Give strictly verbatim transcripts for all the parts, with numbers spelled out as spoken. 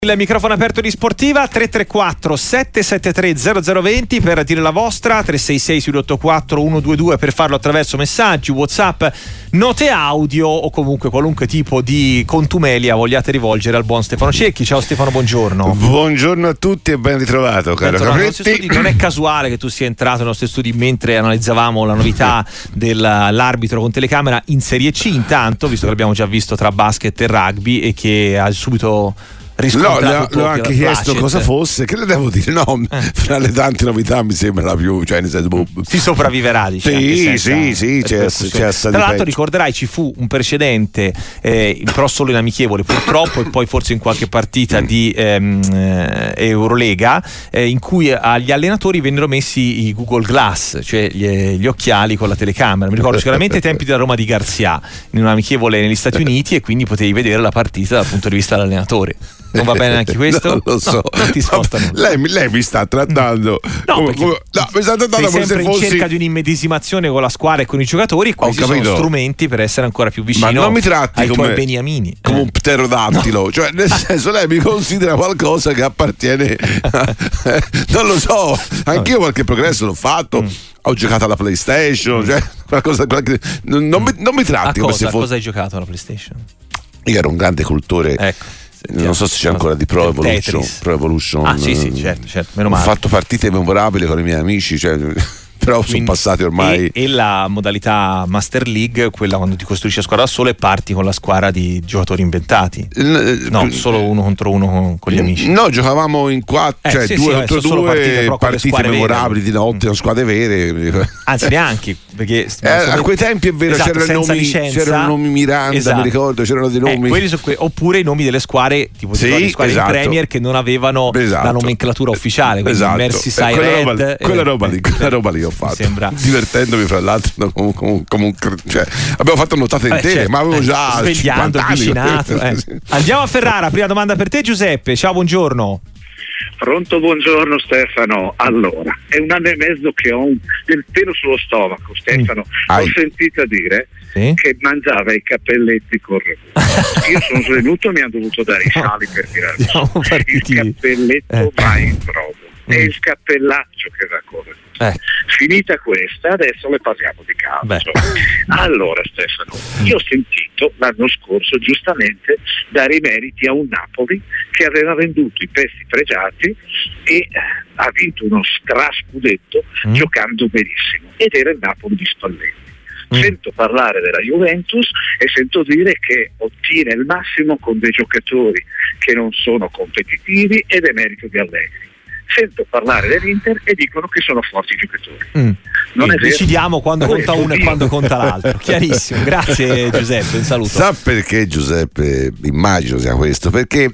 Il microfono aperto di Sportiva. Tre tre quattro sette sette tre zero zero due zero per dire la vostra, tre sei sei otto quattro uno due due per farlo attraverso messaggi, WhatsApp, note audio o comunque qualunque tipo di contumelia vogliate rivolgere al buon Stefano Cecchi. Ciao Stefano, buongiorno. Buongiorno a tutti e ben ritrovato, caro Capretti. Non è casuale che tu sia entrato nei nostri studi mentre analizzavamo la novità dell'arbitro con telecamera in Serie C, intanto, visto che l'abbiamo già visto tra basket e rugby e che ha subito No, le ho anche chiesto cosa fosse, che le devo dire? No, eh. fra le tante novità mi sembra la più, cioè nel senso, boh. Si sopravviverà, diciamo. Sì, sì, sì, c'è, c'è assai. Tra l'altro ricorderai ci fu un precedente, eh, però solo in amichevole purtroppo, e poi forse in qualche partita di ehm, eh, Eurolega, eh, in cui agli allenatori vennero messi i Google Glass, cioè gli, gli occhiali con la telecamera. Mi ricordo sicuramente i tempi della Roma di Garzia in un'amichevole negli Stati Uniti, e quindi potevi vedere la partita dal punto di vista dell'allenatore. Non va bene anche questo? Non lo so. No, non ti sposta lei, lei mi sta trattando no, come, come, no, mi sta trattando sei come sempre se fossi in cerca di un'immedesimazione con la squadra e con i giocatori, e questi sono strumenti per essere ancora più vicino. Ma non mi tratti ai come, tuoi beniamini come eh. un pterodattilo, no. Cioè nel senso, lei mi considera qualcosa che appartiene a, non lo so, anch'io qualche progresso l'ho fatto. Mm. Ho giocato alla PlayStation, mm. cioè qualcosa, qualche, non, non, mi, non mi tratti a come cosa, se fosse. A cosa hai giocato alla PlayStation? Io ero un grande cultore. Ecco. Sentiamo. Non so se c'è ancora di Pro Evolution, Pro Evolution. Ah sì sì, certo, certo, meno male. Ho fatto partite memorabili con i miei amici, cioè, però sono passati ormai. E, e la modalità Master League, quella quando ti costruisci la squadra da solo e parti con la squadra di giocatori inventati. No, solo uno contro uno con, con gli amici. No, giocavamo in quattro, eh, cioè sì, due sì, contro due, partite, partite memorabili vere. Di notte, con squadre vere. Anzi, neanche perché eh, a quei tempi è vero, esatto, c'erano, nomi, c'erano nomi Miranda, esatto. Mi ricordo, c'erano dei nomi. Eh, so que- oppure i nomi delle squadre, tipo sì, di squadre esatto. in Premier che non avevano esatto. la nomenclatura ufficiale, quindi esatto. Merseyside quella Red. Roba, eh, quella roba lì, quella roba lì ho fatto. Sembra divertendomi fra l'altro come, come, come un, cioè, abbiamo fatto nuotate Vabbè, intere, certo, ma avevo già svegliando, cinquanta anni. Vicinato, eh. Andiamo a Ferrara, prima domanda per te Giuseppe. Ciao, buongiorno. Pronto, buongiorno Stefano. Allora, è un anno e mezzo che ho un, del pelo sullo stomaco, Stefano. Mm. Ho sentito dire sì? che mangiava i cappelletti con ragù. Io sono svenuto e mi hanno dovuto dare i sali per tirare il cappelletto eh. mai in provo. Mm. E il cappellaccio che da correre. Eh. Finita questa, adesso le parliamo di calcio. Beh. Allora Stefano, io ho sentito l'anno scorso giustamente dare i meriti a un Napoli che aveva venduto i pezzi pregiati e ha vinto uno strascudetto mm. giocando benissimo, ed era il Napoli di Spalletti. Mm. Sento parlare della Juventus e sento dire che ottiene il massimo con dei giocatori che non sono competitivi ed è merito di Allegri. Sento parlare dell'Inter e dicono che sono forti giocatori. Mm. Non e è decidiamo vero? quando conta uno e quando conta l'altro. Chiarissimo, grazie Giuseppe, un saluto. Sa perché Giuseppe immagino sia questo? Perché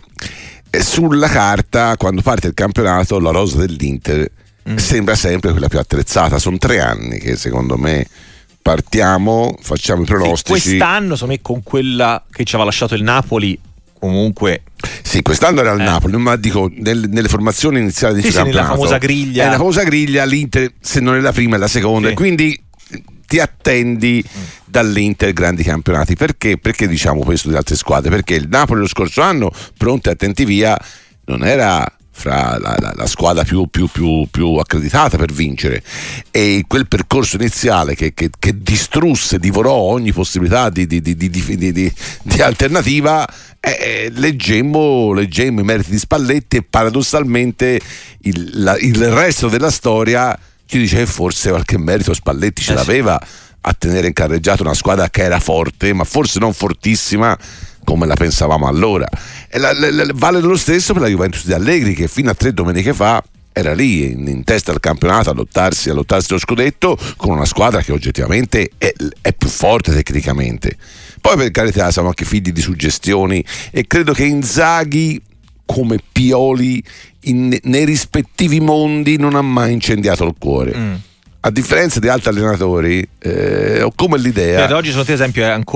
sulla carta, quando parte il campionato, la rosa dell'Inter mm. sembra sempre quella più attrezzata. Sono tre anni che secondo me partiamo, facciamo i pronostici. Sì, quest'anno secondo me con quella che ci aveva lasciato il Napoli comunque sì, quest'anno era il eh. Napoli, ma dico nel, nelle formazioni iniziali di sì, sì, nella famosa griglia è la famosa griglia, l'Inter se non è la prima è la seconda, sì. Quindi ti attendi mm. dall'Inter grandi campionati. Perché? Perché diciamo questo di altre squadre? Perché il Napoli lo scorso anno, pronti attenti via, non era fra la, la, la squadra più, più, più, più accreditata per vincere, e quel percorso iniziale che, che, che distrusse, divorò ogni possibilità di, di, di, di, di, di, di alternativa, eh, leggemmo, leggemmo i meriti di Spalletti, e paradossalmente il, la, il resto della storia ci dice che forse qualche merito Spalletti ce l'aveva a tenere in carreggiata una squadra che era forte, ma forse non fortissima come la pensavamo allora. E la, la, la, vale lo stesso per la Juventus di Allegri, che fino a tre domeniche fa era lì in, in testa al campionato a lottarsi, a lottarsi lo scudetto, con una squadra che oggettivamente è, è più forte tecnicamente. Poi per carità siamo anche figli di suggestioni, e credo che Inzaghi come Pioli in, nei rispettivi mondi non ha mai incendiato il cuore. Mm. A differenza di altri allenatori, eh, ho come l'idea. Ed oggi, secondo te, esempio, è ancora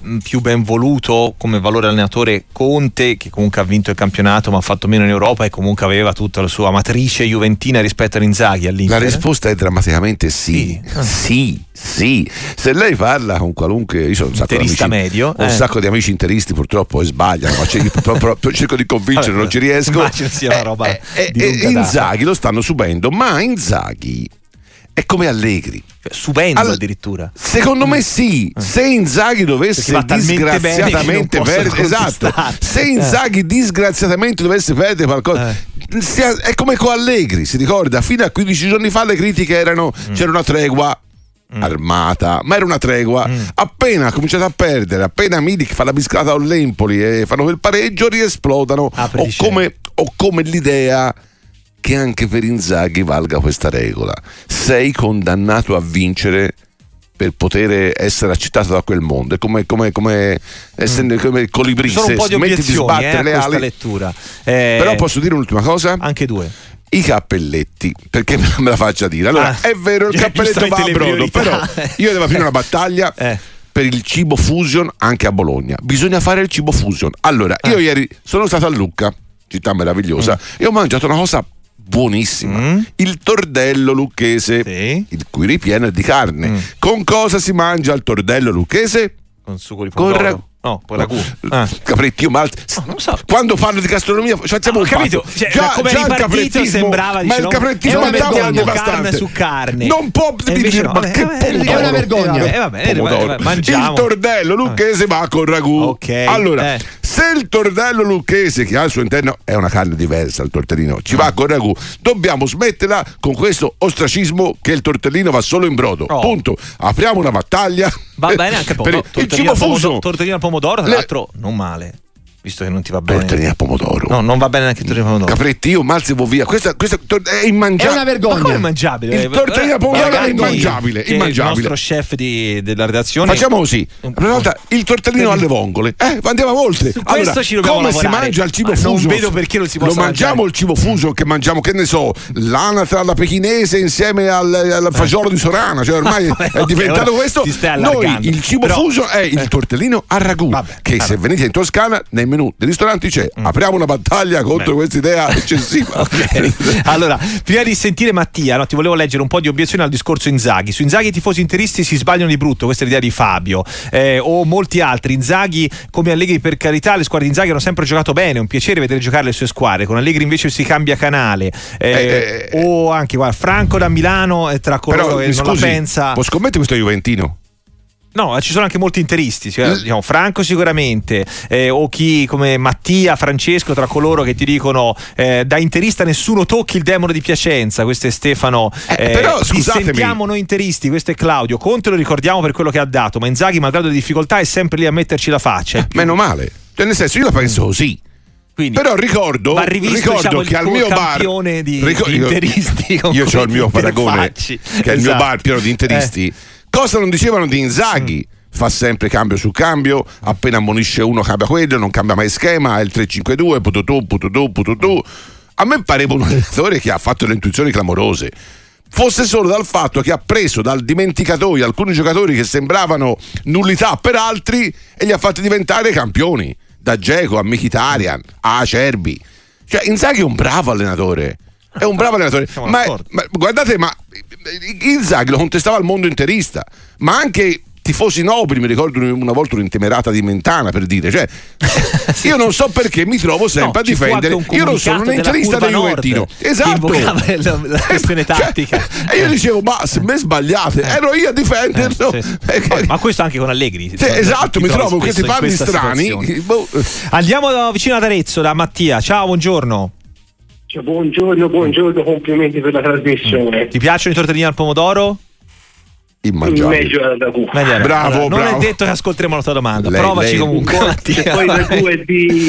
mh, più ben voluto come valore allenatore Conte, che comunque ha vinto il campionato ma ha fatto meno in Europa e comunque aveva tutta la sua matrice juventina rispetto a Inzaghi all'Inter? La risposta è drammaticamente sì, sì, sì, sì. Se lei parla con qualunque, io sono un sacco interista di amici, medio, ho un eh. sacco di amici interisti purtroppo e sbagliano, ma cerco, proprio, cerco di convincere, non ci riesco. Immagino sia una roba eh, eh, di eh, Inzaghi lo stanno subendo, ma Inzaghi è come Allegri, cioè, subendo All- addirittura. Secondo me sì. Se Inzaghi dovesse disgraziatamente perdere, esatto, se Inzaghi eh. disgraziatamente dovesse perdere qualcosa, eh. sia, è come con Allegri, si ricorda? Fino a quindici giorni fa le critiche erano mm. c'era una tregua mm. armata, ma era una tregua. Mm. Appena ha cominciato a perdere, appena Milik fa la biscata all'Empoli e fanno quel pareggio, riesplodano. O come, o come l'idea che anche per Inzaghi valga questa regola: sei condannato a vincere per poter essere accettato da quel mondo. È come, come, come essendo come il colibrì, se smetti di sbattere eh, le ali. Lettura. Eh, Però posso dire un'ultima cosa? Anche due. I cappelletti, perché me la faccia dire. Allora, ah, è vero, il cappelletto va a brodo, però io devo aprire una battaglia eh. per il cibo fusion anche a Bologna. Bisogna fare il cibo fusion. Allora, io eh. ieri sono stato a Lucca, città meravigliosa, mm. e ho mangiato una cosa buonissima, mm. il tordello lucchese, sì. il cui ripieno è di carne. Mm. Con cosa si mangia il tordello lucchese? Con sugo di pomodoro. Con No, poi ragù. Ah. Capretti, io mal... oh, non so. Quando parlo di gastronomia facciamo no, un capito, passo. Cioè, già, come già ripartito sembrava, ma il caprettismo è carne su carne. Non può dire no, ma che pomodoro. È una vergogna. Eh, vabbè, pomodoro. Il tordello lucchese va con ragù. Okay. Allora, eh. se il tordello lucchese che ha al suo interno è una carne diversa, il tortellino ci va con ragù, dobbiamo smetterla con questo ostracismo che il tortellino va solo in brodo. Oh. Punto. Apriamo una battaglia. Va bene anche per il, il cibo fuso. Tortellino al pomodoro, tra Le... l'altro non male, visto che non ti va bene. Tortellino al pomodoro. No, non va bene neanche il tortellino al pomodoro. Capretti, io malzivo via. Questa, questa è immangiabile. È una vergogna. Ma come è immangiabile? Il tortellino al pomodoro è immangiabile. immangiabile. Il nostro chef di, della redazione. Facciamo così. La prima volta il tortellino per... alle vongole. Eh, andiamo oltre. Su allora, questo ci dobbiamo come lavorare. si mangia il cibo Ma fuso? Non vedo perché non si possa Lo mangiamo mangiare. il cibo fuso che mangiamo, che ne so, l'anatra alla pechinese insieme al, al fagiolo di Sorana. Cioè ormai vabbè, è diventato okay, questo. Noi il cibo Però... fuso è il tortellino al ragù. Vabbè, che vabbè. Se venite in Toscana, nei menù dei ristoranti c'è. Mm. Apriamo una battaglia contro questa idea eccessiva. Okay. Allora, prima di sentire Mattia, no, ti volevo leggere un po' di obiezioni al discorso Inzaghi. Su Inzaghi i tifosi interisti si sbagliano di brutto, questa è l'idea di Fabio, eh, o molti altri. Inzaghi come Allegri, per carità, le squadre di Inzaghi hanno sempre giocato bene, è un piacere vedere giocare le sue squadre. Con Allegri invece si cambia canale, eh, eh, o anche guarda, Franco da Milano è tra coloro che non la pensa. Può scommettere questo Juventino? No, ci sono anche molti interisti, cioè, diciamo, Franco sicuramente, eh, o chi come Mattia, Francesco, tra coloro che ti dicono eh, da interista nessuno tocchi il demone di Piacenza. Questo è Stefano. Eh, eh, però scusatemi, sentiamo noi interisti, questo è Claudio. Conte lo ricordiamo per quello che ha dato, ma Inzaghi, malgrado le difficoltà, è sempre lì a metterci la faccia. Eh, meno male, cioè, nel senso, io la penso così. Quindi, però ricordo, rivisto, ricordo diciamo, che al mio bar di, ricor- di interisti io, io ho il mio paragone, che esatto. è il mio bar pieno di interisti. Eh. Cosa non dicevano di Inzaghi? Mm. Fa sempre cambio su cambio, appena ammonisce uno cambia quello, non cambia mai schema, è il tre cinque due, pututù, pututù, pututù. A me pareva un allenatore che ha fatto le intuizioni clamorose. Fosse solo dal fatto che ha preso dal dimenticatoio alcuni giocatori che sembravano nullità per altri e li ha fatti diventare campioni, da Dzeko a Mkhitaryan a Acerbi. Cioè Inzaghi è un bravo allenatore. È un bravo allenatore, ma, ma guardate, ma Inzaghi lo contestava al mondo interista, ma anche tifosi nobili. Mi ricordo una volta un'intemerata di Mentana, per dire, cioè sì. Io non so perché mi trovo sempre no, a difendere. Io non sono un interista del Juventino, esatto, la, la questione tattica, cioè, e io dicevo ma se me sbagliate, eh. ero io a difenderlo, eh, sì, sì. Poi, ma questo anche con Allegri, sì, esatto, mi trovo in questi panni strani. Boh. Andiamo vicino ad Arezzo da Mattia. Ciao, buongiorno. Cioè, buongiorno, buongiorno, complimenti per la trasmissione. Ti piacciono i tortellini al pomodoro? Immangiabile. Meglio al ragù. Bravo, allora, non bravo. è detto che ascolteremo la tua domanda. Lei, Provaci lei, comunque. E poi il ragù è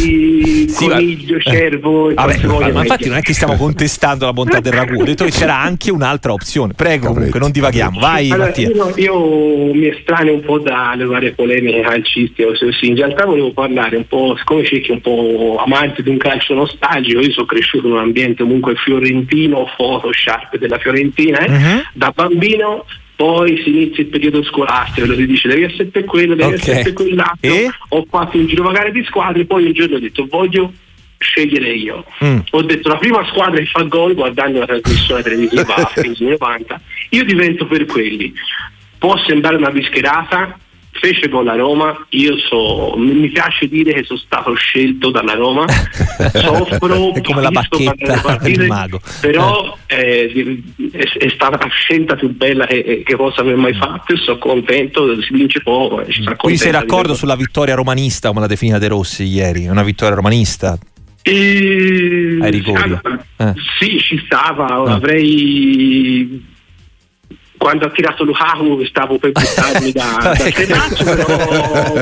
di sì, coniglio, cervo. E vabbè, ma, ma infatti meglio. non è che stiamo contestando la bontà del ragù. Ho detto che c'era anche un'altra opzione. Prego, comunque, non divaghiamo. Vai, allora, Mattia. Io, io mi estraneo un po' dalle varie polemiche calcistiche. In realtà volevo parlare un po', siccome c'è chi è un po' amante di un calcio nostalgico. Io sono cresciuto in un ambiente comunque fiorentino, foto sharp della Fiorentina. Eh? Uh-huh. Da bambino poi si inizia il periodo scolastico, si dice devi essere per quello, devi okay. essere per quell'altro, e? Ho fatto un girovagare di squadre, poi un giorno ho detto voglio scegliere io, mm. ho detto la prima squadra che fa gol guardando la trasmissione televisiva a fine novanta, io divento per quelli. Può sembrare una bischerata, fece con la Roma, io so, mi piace dire che sono stato scelto dalla Roma, soffro, è come la bacchetta del mago, però eh, è, è stata la scelta più bella che, che possa aver mai fatto e sono contento, si vince poco. Quindi sei d'accordo sulla vittoria romanista, come l'ha definita De Rossi ieri, una vittoria romanista? E... ai rigori? Eh. Sì, ci stava, ah. avrei... Quando ha tirato Lukaku stavo per buttarmi da, da Tenaccio, però,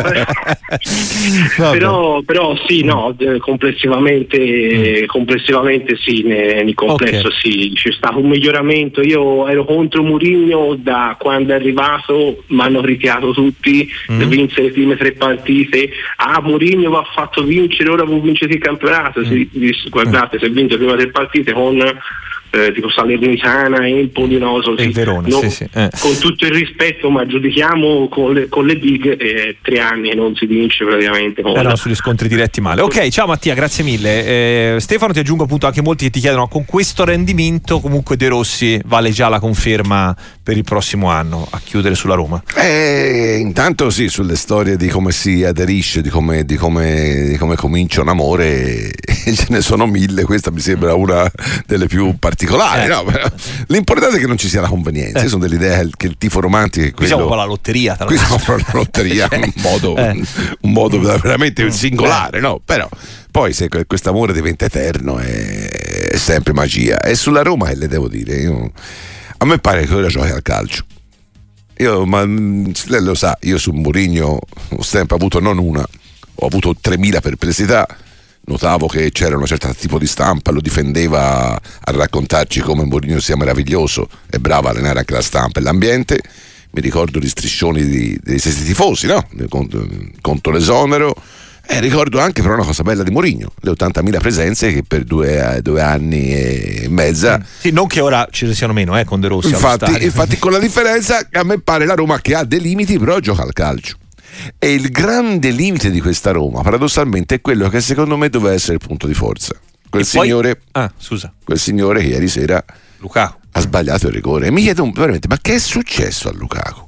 però, però sì, no, complessivamente, complessivamente sì, nel complesso okay. sì, c'è stato un miglioramento. Io ero contro Mourinho da quando è arrivato, mi hanno criticato tutti, mm. vinse le prime tre partite, ah Mourinho va fatto vincere, ora può vincere il campionato, mm. si, guardate, mm. se vince le prime tre partite con... Eh, tipo Salernitana, Empoli, no, so, sì, Verona, no, sì, sì. Eh. Con tutto il rispetto, ma giudichiamo con le, con le big eh, tre anni e non si vince praticamente con... eh no, sugli scontri diretti male. Ok, ciao Mattia, grazie mille. eh, Stefano, ti aggiungo appunto anche molti che ti chiedono, con questo rendimento comunque De Rossi vale già la conferma per il prossimo anno a chiudere sulla Roma? Eh, intanto sì, sulle storie di come si aderisce, di come, di come, di come comincia un amore ce ne sono mille, questa mi sembra una delle più particolari. Eh. No, l'importante è che non ci sia la convenienza. Eh. Io sono dell'idea che il tifo romantico è quello... Qui siamo con la lotteria, tra qui siamo con la lotteria, un modo, eh. un modo veramente singolare, no? Però poi se questo amore diventa eterno è, è sempre magia. E sulla Roma, che le devo dire, io, a me pare che ora giochi al calcio. Io, ma lei lo sa, io su Mourinho ho sempre avuto non una, ho avuto tremila perplessità. Notavo che c'era un certo tipo di stampa, lo difendeva a raccontarci come Mourinho sia meraviglioso e bravo a allenare anche la stampa e l'ambiente. Mi ricordo gli striscioni di, dei stessi tifosi, no? Contro, contro l'esonero. E ricordo anche però una cosa bella di Mourinho, le ottantamila presenze che per due, due anni e mezza. Mm. Sì, non che ora ci siano meno eh, con De Rossi. Infatti, infatti con la differenza che a me pare la Roma che ha dei limiti, però gioca al calcio. E il grande limite di questa Roma paradossalmente è quello che secondo me doveva essere il punto di forza. Quel, signore, poi... ah, scusa. quel signore che ieri sera Lukaku ha sbagliato il rigore. E mi chiedo veramente, ma che è successo a Lukaku?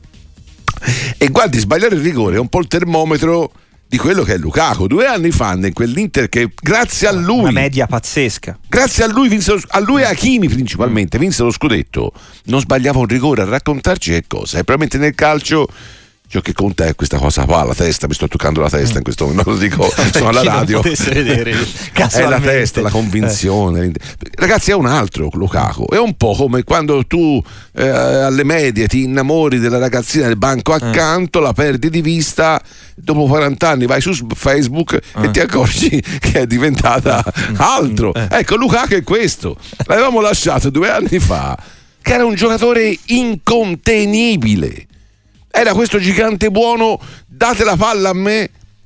E guardi, sbagliare il rigore è un po' il termometro di quello che è Lukaku. Due anni fa in quell'Inter che grazie a lui, una media pazzesca, grazie a lui vinse, a lui e a Hakimi principalmente vinse lo scudetto, non sbagliava un rigore. A raccontarci che cosa? E probabilmente nel calcio ciò che conta è questa cosa qua, la testa, mi sto toccando la testa in questo momento, non lo dico, sono alla radio. Vedere, è la testa, la convinzione. Eh. Ragazzi, è un altro Lukaku, è un po' come quando tu eh, alle medie ti innamori della ragazzina del banco accanto, eh. la perdi di vista, dopo quaranta anni vai su Facebook eh. e ti accorgi che è diventata altro. Eh. Ecco, Lukaku è questo. L'avevamo lasciato due anni fa, che era un giocatore incontenibile. Era questo gigante buono, date la palla a me,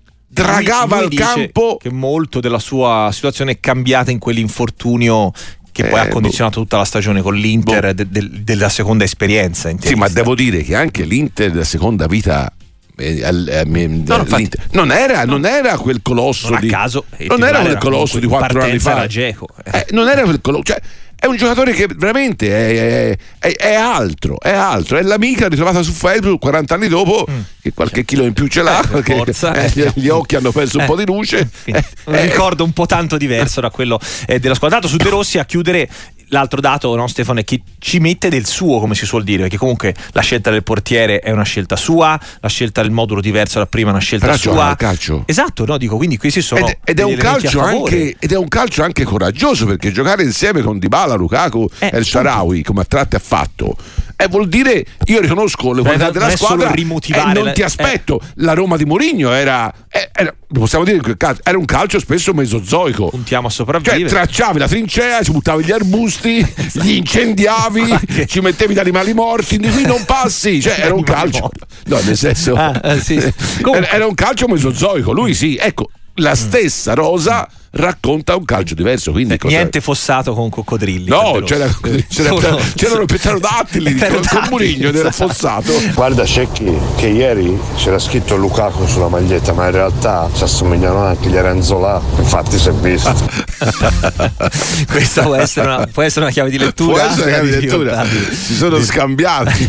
dragava al campo. Che molto della sua situazione è cambiata in quell'infortunio che eh, poi ha condizionato boh. tutta la stagione con l'Inter boh. de, de, della seconda esperienza. Sì, ma devo dire che anche l'Inter della seconda vita eh, eh, no, infatti, non, era, no. non era quel colosso non di, a caso non era quel colosso di quattro anni fa. Eh, non era quel colosso, cioè, è un giocatore che veramente è, è, è altro, è altro, è l'amica ritrovata su Facebook quaranta anni dopo, mm. che qualche chilo in più ce l'ha, eh, perché forza, eh, gli occhi hanno perso eh, un po' di luce. Eh, un eh, ricordo un po' tanto diverso da quello eh, della squadra. Tanto su De Rossi, a chiudere, l'altro dato, no, Stefano, è che ci mette del suo, come si suol dire, perché comunque la scelta del portiere è una scelta sua, la scelta del modulo diverso da prima è una scelta però sua. Al calcio. Esatto, no, dico, quindi questi sono ed, ed, è un calcio anche, ed è un calcio anche coraggioso, perché giocare insieme con Dybala, Lukaku e eh, El Shaarawy, come a tratti ha fatto, eh, vuol dire, io riconosco le qualità della squadra e eh, non ti aspetto. Eh. La Roma di Mourinho era, era, possiamo dire che era un calcio spesso mesozoico. Puntiamo a sopravvivere. Cioè, tracciavi la trincea, ci buttavi gli arbusti, gli incendiavi, che... ci mettevi gli animali morti, di qui non passi. Cioè, era un calcio. No, nel senso, ah, eh, sì. era un calcio mesozoico. Lui sì, ecco, la stessa rosa racconta un calcio diverso. Quindi eh, cosa... niente fossato con coccodrilli. No, c'era, c'era, c'era, c'erano pterodattili con, con Mourinho nel fossato. Guarda Cecchi che ieri c'era scritto Lukaku sulla maglietta, ma in realtà ci assomigliano anche gli Aranzola, infatti si è visto. Questa può essere, una, può essere una chiave di lettura. Può essere una chiave di lettura. Si sono scambiati.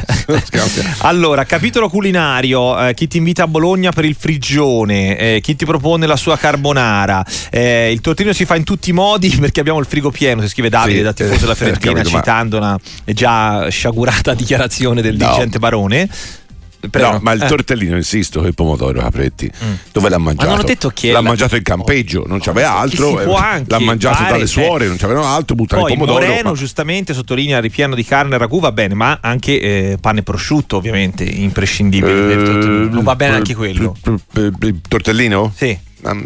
Allora, capitolo culinario, eh, chi ti invita a Bologna per il frigione, eh, chi ti propone la sua carbonara, eh, il tortellino si fa in tutti i modi perché abbiamo il frigo pieno, si scrive Davide, sì, da tifoso della Fiorentina, citando una già sciagurata dichiarazione del no. dirigente Barone. Però, no, ma il tortellino, eh. insisto, che il pomodoro Capretti, mm. dove l'ha mangiato? Ma non ho detto che l'ha la... mangiato in campeggio, non c'aveva no, altro, eh, l'ha mangiato dalle suore, eh. non c'avevano altro, buttare il pomodoro. Moreno ma... giustamente sottolinea ripieno di carne e ragù, va bene, ma anche eh, pane e prosciutto, ovviamente, imprescindibile. Eh, non va bene anche quello. Il tortellino? Sì.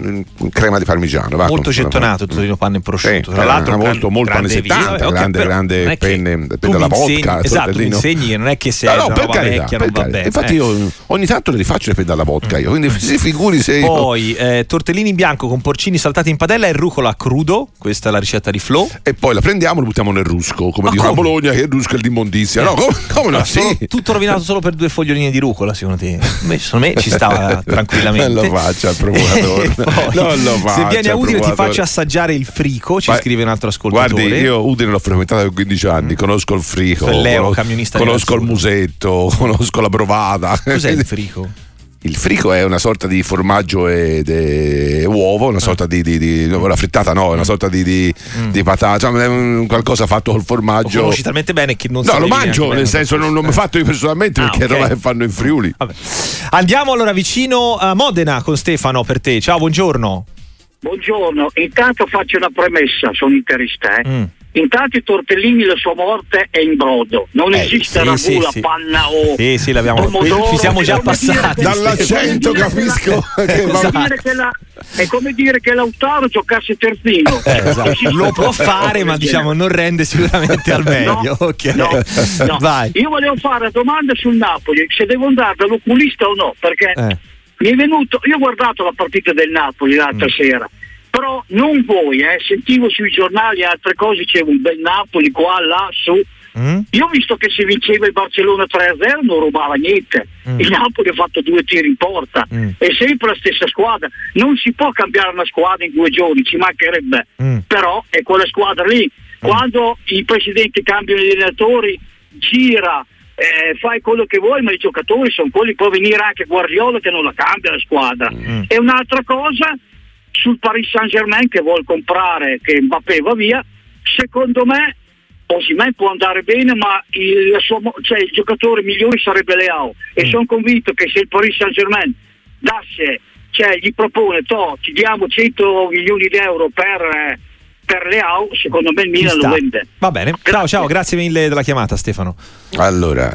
Crema di parmigiano, va, molto gettonato, tortellino, panne e prosciutto, sì, tra l'altro molto, molto anni settanta, grande, okay, grande penne, penne alla vodka, esatto, mi insegni che non è che sei no, una roba carità, vecchia, non va bene. Infatti eh. io ogni tanto le rifaccio le penne alla vodka io, quindi si figuri se io... Poi eh, tortellini in bianco con porcini saltati in padella e rucola crudo, questa è la ricetta di Flo, e poi la prendiamo e lo buttiamo nel rusco, come Ma dicono a come? Bologna, che il rusco è l'immondizia. No, come, come no? Sì. Tutto rovinato solo per due foglioline di rucola, secondo te? Secondo me ci stava tranquillamente. Non lo faccia il procuratore. Poi, non lo faccia, se vieni a Udine ti faccio assaggiare il frico, ci Vai. scrive un altro ascoltatore. Guardi, io Udine l'ho frequentato da quindici anni, conosco il frico, Leo, conosco, camionista conosco il musetto, conosco la brovata. Cos'è il frico? Il frico è una sorta di formaggio e, e uovo, una sorta di, di, di la frittata no, è una sorta di, di, mm. di patata, cioè, è un, qualcosa fatto col formaggio. Lo conosci talmente bene che non No, lo mangio, nel senso non l'ho fatto io personalmente ah, perché okay. è roba che fanno in Friuli. Vabbè. Andiamo allora vicino a Modena con Stefano per te. Ciao, buongiorno. Buongiorno, intanto faccio una premessa, sono interista, eh. Mm. Intanto i tortellini, la sua morte è in brodo, non eh, esiste sì, ragù, sì, la sì. panna o sì, sì, l'abbiamo, pomodoro, ci siamo già passati dall'accento, capisco che la, è, come esatto. dire che la, è come dire che Lautaro giocasse terzino. Eh, esatto. Lo può fare, ma diciamo non rende sicuramente al meglio. No, okay. no, no. Vai. Io volevo fare una domanda sul Napoli, se devo andare dall'oculista o no, perché eh. mi è venuto, io ho guardato la partita del Napoli l'altra mm. sera. Però non voi, eh, sentivo sui giornali e altre cose, c'era un bel Napoli qua, là, su. Mm. Io ho visto che se vinceva il Barcellona tre a zero non rubava niente. Mm. Il Napoli ha fatto due tiri in porta. Mm. È sempre la stessa squadra. Non si può cambiare una squadra in due giorni, ci mancherebbe. Mm. Però è quella squadra lì. Mm. Quando i presidenti cambiano gli allenatori, gira, eh, fai quello che vuoi, ma i giocatori sono quelli. Può venire anche Guardiola che non la cambia la squadra. Mm. E un'altra cosa, sul Paris Saint-Germain che vuol comprare, che Mbappé va via, secondo me Osimhen può andare bene, ma il, suo, cioè, il giocatore migliore sarebbe Leao, e mm. sono convinto che se il Paris Saint-Germain dasse, cioè gli propone to, ti diamo cento milioni di euro per, per Leao, secondo me il Milan lo vende. Va bene, grazie. ciao ciao, grazie mille della chiamata Stefano. Allora,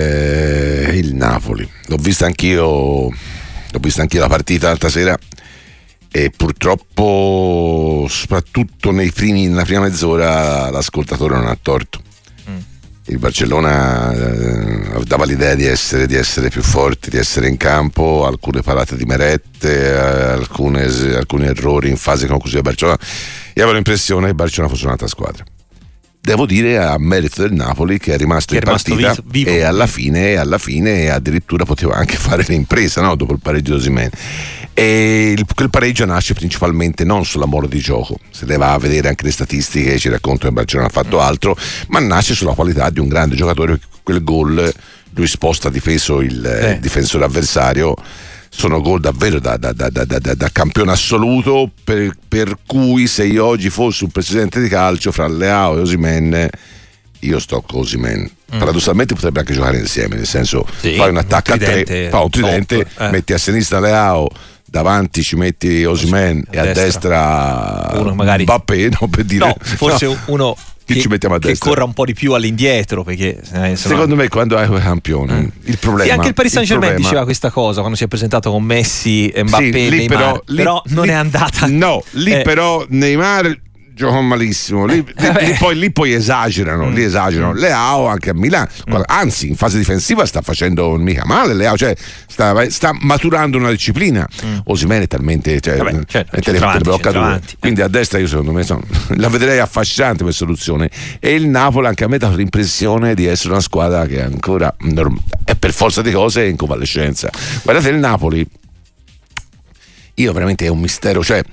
eh, il Napoli, l'ho vista anch'io, l'ho vista anch'io la partita l'altra sera. E purtroppo soprattutto nei primi, nella prima mezz'ora l'ascoltatore non ha torto. Mm. Il Barcellona eh, dava l'idea di essere, di essere più forti, di essere in campo, alcune parate di Merette, eh, alcune, alcuni errori in fase conclusiva del Barcellona. Io avevo l'impressione che il Barcellona fosse un'altra squadra. Devo dire a merito del Napoli che è rimasto che in è rimasto partita vivo, vivo. e alla fine, alla fine addirittura poteva anche fare l'impresa, no? Dopo il pareggio di Osimhen. E il, quel pareggio nasce principalmente non sull'amore di gioco, se ne va a vedere anche le statistiche, ci racconta che il Barcellona ha fatto altro, ma nasce sulla qualità di un grande giocatore. Quel gol lui sposta difeso il, eh. il difensore avversario. Sono gol davvero da, da, da, da, da, da campione assoluto, per, per cui se io oggi fossi un presidente di calcio fra Leao e Osimhen, io sto con Osimhen. Mm. Paradossalmente potrebbe anche giocare insieme, nel senso sì, fai un attacco un a tre, fa un tridente, eh. metti a sinistra Leao, davanti ci metti Osimhen e a destra, destra uno magari Mbappé, no, per dire, no, forse no. uno Che, ci mettiamo a che destra, corra un po' di più all'indietro, perché eh, secondo me quando hai un campione mm. il problema, sì, anche il Paris Saint-Germain problema... diceva questa cosa quando si è presentato con Messi e Mbappé, sì, lì Neymar, però, lì, però non lì, è andata no lì eh. però Neymar giocò malissimo. Lì, lì, lì, poi, lì poi esagerano, mm. lì esagerano. Leao anche a Milano, mm. anzi in fase difensiva sta facendo mica male Leao, cioè sta, sta maturando una disciplina. mm. Osimhen è talmente, cioè, Vabbè, certo, è bloccato, quindi a destra io secondo me sono, la vedrei affascinante per soluzione. E il Napoli anche a me ha dato l'impressione di essere una squadra che ancora è per forza di cose in convalescenza. Guardate il Napoli, io veramente è un mistero, cioè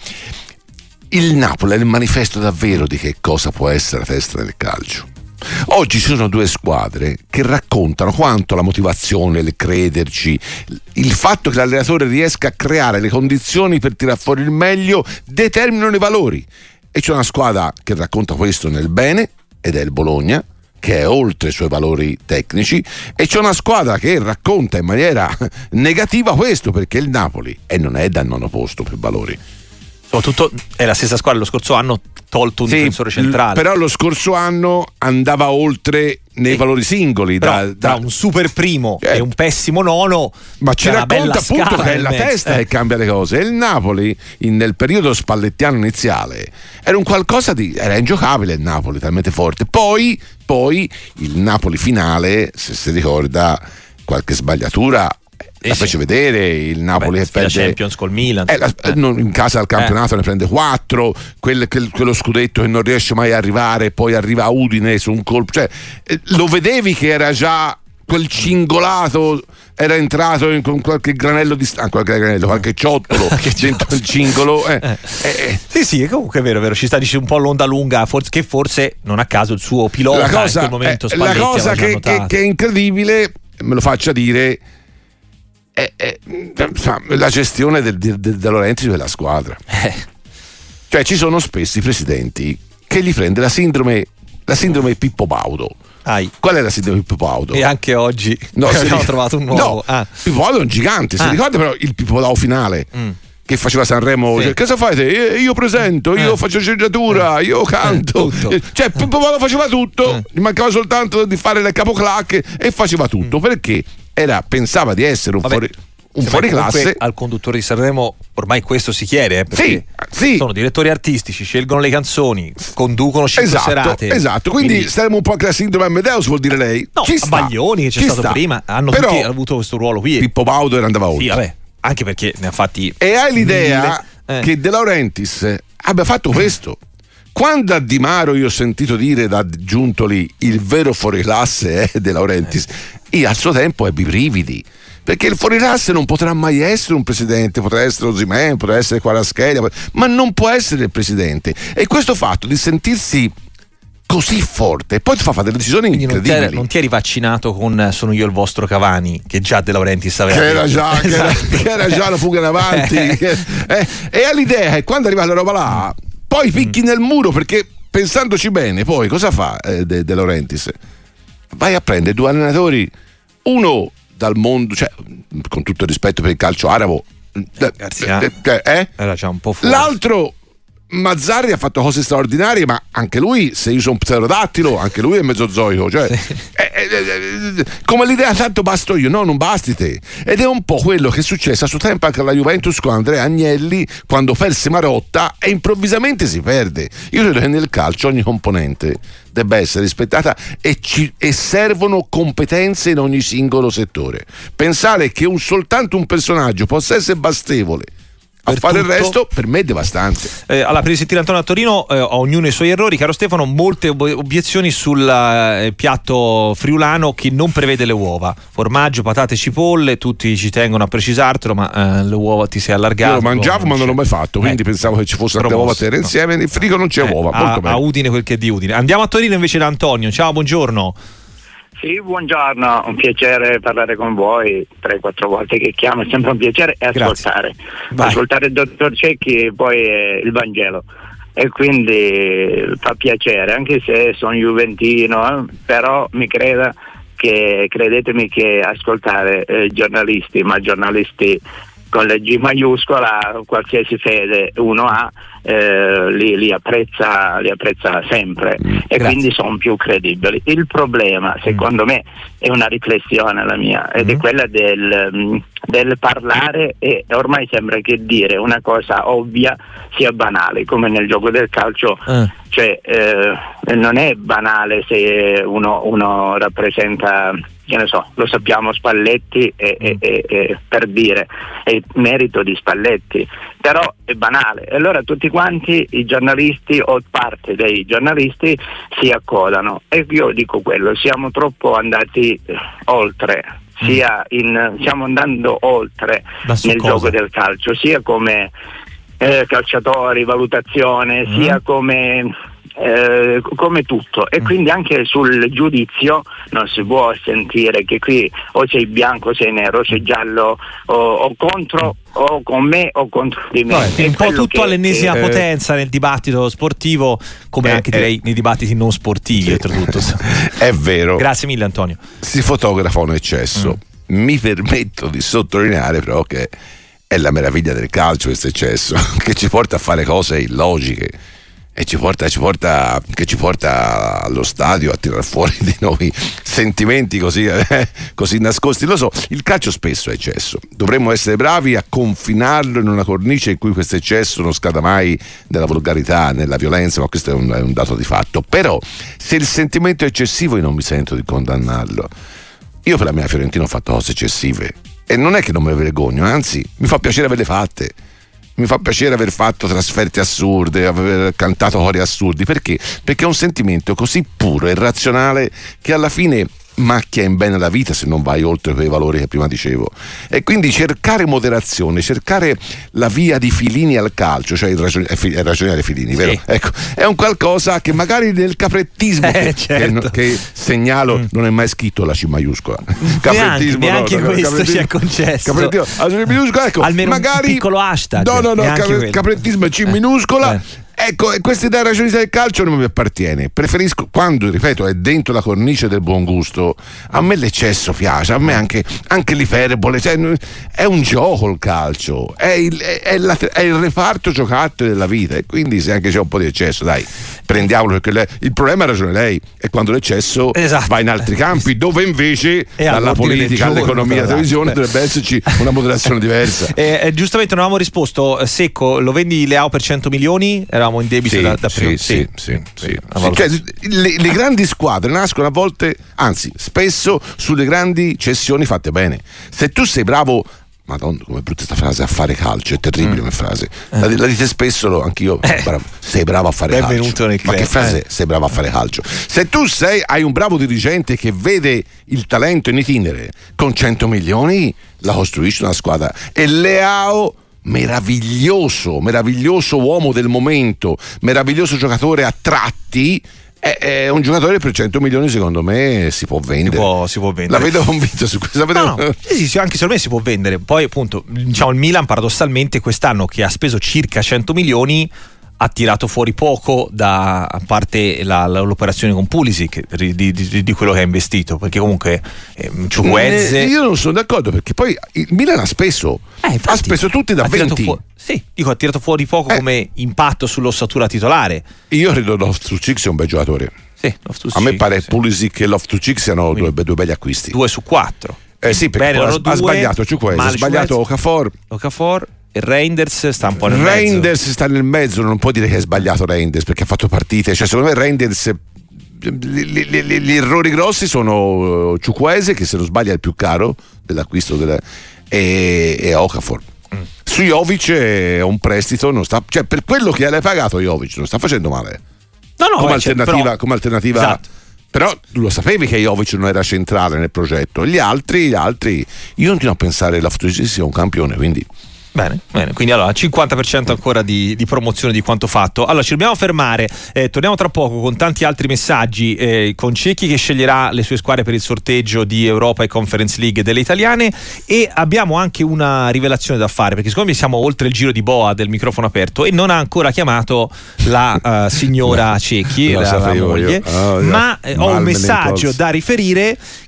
il Napoli è il manifesto davvero di che cosa può essere la testa del calcio. Oggi ci sono due squadre che raccontano quanto la motivazione, il crederci, il fatto che l'allenatore riesca a creare le condizioni per tirare fuori il meglio determinano i valori. E c'è una squadra che racconta questo nel bene, ed è il Bologna, che è oltre i suoi valori tecnici, e c'è una squadra che racconta in maniera negativa questo, perché il Napoli e non è dal nono posto per valori. Soprattutto è la stessa squadra, lo scorso anno tolto un sì, difensore centrale. Però lo scorso anno andava oltre nei e, valori singoli, da, da, da un super primo eh, e un pessimo nono, ma ci racconta appunto che è la testa eh. che cambia le cose. E il Napoli in, nel periodo spallettiano iniziale era un qualcosa di era ingiocabile, il Napoli talmente forte. Poi, poi il Napoli finale, se si ricorda, qualche sbagliatura la fece sì. vedere, il Napoli. Vabbè, che perde Champions col Milan, eh, la, eh. non, in casa al campionato eh. ne prende quattro, quel, quel, quello scudetto che non riesce mai a arrivare, poi arriva a Udine su un colpo, cioè eh, lo vedevi che era già quel cingolato, era entrato in, con qualche granello di ah, qualche granello, qualche ciottolo dentro il cingolo. Eh, eh. Eh. Sì, sì, è comunque vero, vero. Ci sta dice un po' l'onda lunga, forse, che forse non a caso il suo pilota la cosa, in quel momento eh, la cosa che, che, che è incredibile, me lo faccia dire, è, è, è la gestione del, del, del De Laurentiis di quella squadra. Eh. Cioè ci sono spesso i presidenti che gli prende la sindrome la sindrome Pippo Baudo. Ai. Qual è la sindrome Pippo Baudo? E anche oggi no, abbiamo ric- trovato un nuovo. No, ah. Pippo Baudo è un gigante, si ah. ricorda però il Pippo Baudo finale? Mm. Che faceva Sanremo, sì. cioè, cosa fate? Io, io presento, io eh. faccio sceneggiatura, eh. io canto. Eh, cioè Pippo Baudo faceva tutto, eh. gli mancava soltanto di fare le capoclacche e faceva tutto, mm. perché era, pensava di essere un Vabbè. fuori un fuori classe. Al conduttore di Sanremo ormai questo si chiede, eh, perché sì, sì. sono direttori artistici, scelgono le canzoni, conducono cinque esatto, serate. Esatto, quindi, quindi staremo un po' anche la sindrome Amadeus, vuol dire lei. No, ci a Baglioni che c'è stato sta. prima, hanno però, tutti avuto questo ruolo qui. Pippo Baudo era andava oltre. Sì, vabbè, anche perché ne ha fatti. E hai l'idea mille, eh. che De Laurentiis abbia fatto questo. Quando a Di Maro io ho sentito dire da Giuntoli il vero fuoriclasse è De Laurentiis, eh. io al suo tempo ebbi i brividi. Perché il fuoriclasse non potrà mai essere un presidente, potrà essere Osimhen, potrà essere Kvaratskhelia, ma non può essere il presidente. E questo fatto di sentirsi così forte poi ti fa fare delle decisioni quindi incredibili. Non ti, non ti eri vaccinato con Sono io il vostro Cavani, che già De Laurentiis aveva che era già, che era, che era già la fuga in avanti. che, eh, e ha l'idea che quando arriva la roba là poi picchi mm. nel muro, perché pensandoci bene poi cosa fa eh, De, De Laurentiis? Vai a prendere due allenatori, uno dal mondo, cioè con tutto il rispetto per il calcio arabo, Garzia, eh, eh? era già un po' fuori. L'altro Mazzarri ha fatto cose straordinarie, ma anche lui, se io sono un pterodattilo, anche lui è mezzozoico, cioè sì. eh, eh, eh, come l'idea tanto basto io, no, non basti te. Ed è un po' quello che è successo a suo tempo anche alla Juventus con Andrea Agnelli, quando perse Marotta e improvvisamente si perde. Io credo che nel calcio ogni componente debba essere rispettata e, ci, e servono competenze in ogni singolo settore. Pensare che un, soltanto un personaggio possa essere bastevole a per fare tutto. Il resto per me è devastante. Eh, alla Presidente Antonio a Torino, eh, ognuno i suoi errori. Caro Stefano, molte ob- obiezioni sul eh, piatto friulano che non prevede le uova, formaggio, patate, cipolle, tutti ci tengono a precisartelo, ma eh, le uova ti sei allargato. Io lo mangiavo ma non l'ho mai fatto, quindi eh. pensavo che ci fossero le uova a tenere insieme. Nel frigo non c'è eh, uova, a, molto bene. A Udine quel che è di Udine. Andiamo a Torino invece da Antonio. Ciao, buongiorno. Sì, buongiorno, un piacere parlare con voi, tre quattro volte che chiamo, è sempre un piacere e ascoltare. Ascoltare il dottor Cecchi e poi eh, il Vangelo. E quindi fa piacere, anche se sono juventino, eh, però mi creda che, credetemi che ascoltare eh, giornalisti, ma giornalisti con la G maiuscola, qualsiasi fede uno ha, eh, li, li apprezza li apprezza sempre, e Grazie. Quindi sono più credibili. Il problema, secondo mm. me, è una riflessione la mia, ed mm. è quella del, del parlare, e ormai sembra che dire una cosa ovvia sia banale, come nel gioco del calcio. Mm. Cioè eh, non è banale se uno, uno rappresenta, che ne so, lo sappiamo, Spalletti e, e, e, e per dire è il merito di Spalletti, però è banale, e allora tutti quanti i giornalisti o parte dei giornalisti si accodano, e io dico quello, siamo troppo andati oltre, sia in, stiamo andando oltre nel cosa? Gioco del calcio, sia come eh, calciatori, valutazione, mm. sia come Eh, come tutto, e quindi anche sul giudizio non si può sentire che qui o sei bianco o sei nero, o sei giallo o, o contro o con me o contro di me. No, è un po' tutto all'ennesima eh, potenza nel dibattito sportivo, come eh, anche direi eh, nei dibattiti non sportivi, sì. oltretutto. È vero. Grazie mille, Antonio. Si fotografa un eccesso. Mm. Mi permetto di sottolineare però che è la meraviglia del calcio questo eccesso, che ci porta a fare cose illogiche. E ci porta, ci porta, che ci porta allo stadio a tirar fuori di noi sentimenti così, eh, così nascosti. Lo so, il calcio spesso è eccesso. Dovremmo essere bravi a confinarlo in una cornice in cui questo eccesso non scada mai nella volgarità, nella violenza, ma questo è un, è un dato di fatto. Però se il sentimento è eccessivo, io non mi sento di condannarlo. Io per la mia Fiorentina ho fatto cose eccessive e non è che non me ne vergogno, anzi mi fa piacere averle fatte. Mi fa piacere aver fatto trasferte assurde, aver cantato cori assurdi. Perché? Perché è un sentimento così puro e razionale che alla fine macchia in bene la vita se non vai oltre quei valori che prima dicevo. E quindi cercare moderazione, cercare la via di Filini al calcio, cioè il, ragion- il ragioniere Filini, vero? Sì. Ecco, è un qualcosa che magari nel caprettismo eh, che, certo. che, che segnalo mm. non è mai scritto la C maiuscola. Caprettismo neanche, no, neanche questo ci è concesso. Caprettismo, minuscola, ecco, almeno magari, un piccolo hashtag. No, no, no, cap- caprettismo è C minuscola. Eh. Ecco, questa idea ragionista del calcio non mi appartiene. Preferisco, quando, ripeto, è dentro la cornice del buon gusto, a me l'eccesso piace, a me anche, anche l'iperbole, cioè, è un gioco il calcio, è il, è, è, la, è il reparto giocattolo della vita, e quindi se anche c'è un po' di eccesso, dai, prendiamolo, perché lei, il problema ha ragione lei, è quando l'eccesso esatto. va in altri campi, dove invece e dalla politica all'economia, alla televisione dovrebbe esserci una moderazione diversa. Eh, eh, giustamente non avevamo risposto, Secco, lo vendi Leao per cento milioni? Eravamo in debito sì, da, da sì, sì, sì, sì, sì. Cioè, le, le grandi squadre nascono a volte, anzi spesso, sulle grandi cessioni fatte bene. Se tu sei bravo, Madonna, come brutta sta frase, a fare calcio, è terribile mm. come frase. La, la dite spesso, lo, anch'io, eh. bravo, sei bravo a fare calcio. Nel Ma che frase, eh. sei bravo a fare calcio. Se tu sei, hai un bravo dirigente che vede il talento in itinere, con cento milioni la costruisci una squadra. E Leao, meraviglioso, meraviglioso uomo del momento, meraviglioso giocatore a tratti, è, è un giocatore per cento milioni, secondo me si può vendere. Si può, si può vendere. La vedo convinto su questo. No, no. Sì, sì, anche secondo me si può vendere. Poi appunto, diciamo, il Milan paradossalmente quest'anno, che ha speso circa cento milioni, ha tirato fuori poco, da, a parte la, la, l'operazione con Pulisic, di, di, di, di quello che ha investito, perché comunque eh, Chukwueze... eh, io non sono d'accordo, perché poi il Milan ha speso eh, infatti, ha speso tutti da venti fu- sì, dico, ha tirato fuori poco eh. come impatto sull'ossatura titolare. Io credo che Loftus-Cheek sia un bel giocatore. Sì, a me pare sì. Pulisic e Loftus-Cheek siano due, due belli acquisti. Due su quattro. Eh sì, perché ha, ha sbagliato Chukwueze, ha sbagliato Okafor. Okafor e Reinders sta un po' nel Reinders mezzo. Reinders sta nel mezzo, non può dire che è sbagliato Reinders, perché ha fatto partite, cioè secondo me Reinders, gli, gli, gli, gli errori grossi sono Chukwueze, che se non sbaglia è il più caro dell'acquisto della, e, e Okafor. Mm. Su Jovic è un prestito, non sta, cioè per quello che l'hai pagato Jovic non sta facendo male. No, no, come eh, alternativa, però, come alternativa esatto. Però tu lo sapevi che Jovic non era centrale nel progetto. Gli altri, gli altri io continuo a pensare che l'Aftusi sia un campione, quindi Bene, bene, quindi allora cinquanta per cento ancora di, di promozione di quanto fatto. Allora ci dobbiamo fermare, eh, torniamo tra poco con tanti altri messaggi, eh, con Cecchi che sceglierà le sue squadre per il sorteggio di Europa e Conference League delle italiane, e abbiamo anche una rivelazione da fare, perché siccome siamo oltre il giro di boa del microfono aperto e non ha ancora chiamato la uh, signora Cecchi, la, la moglie, oh, ma eh, ho un messaggio da riferire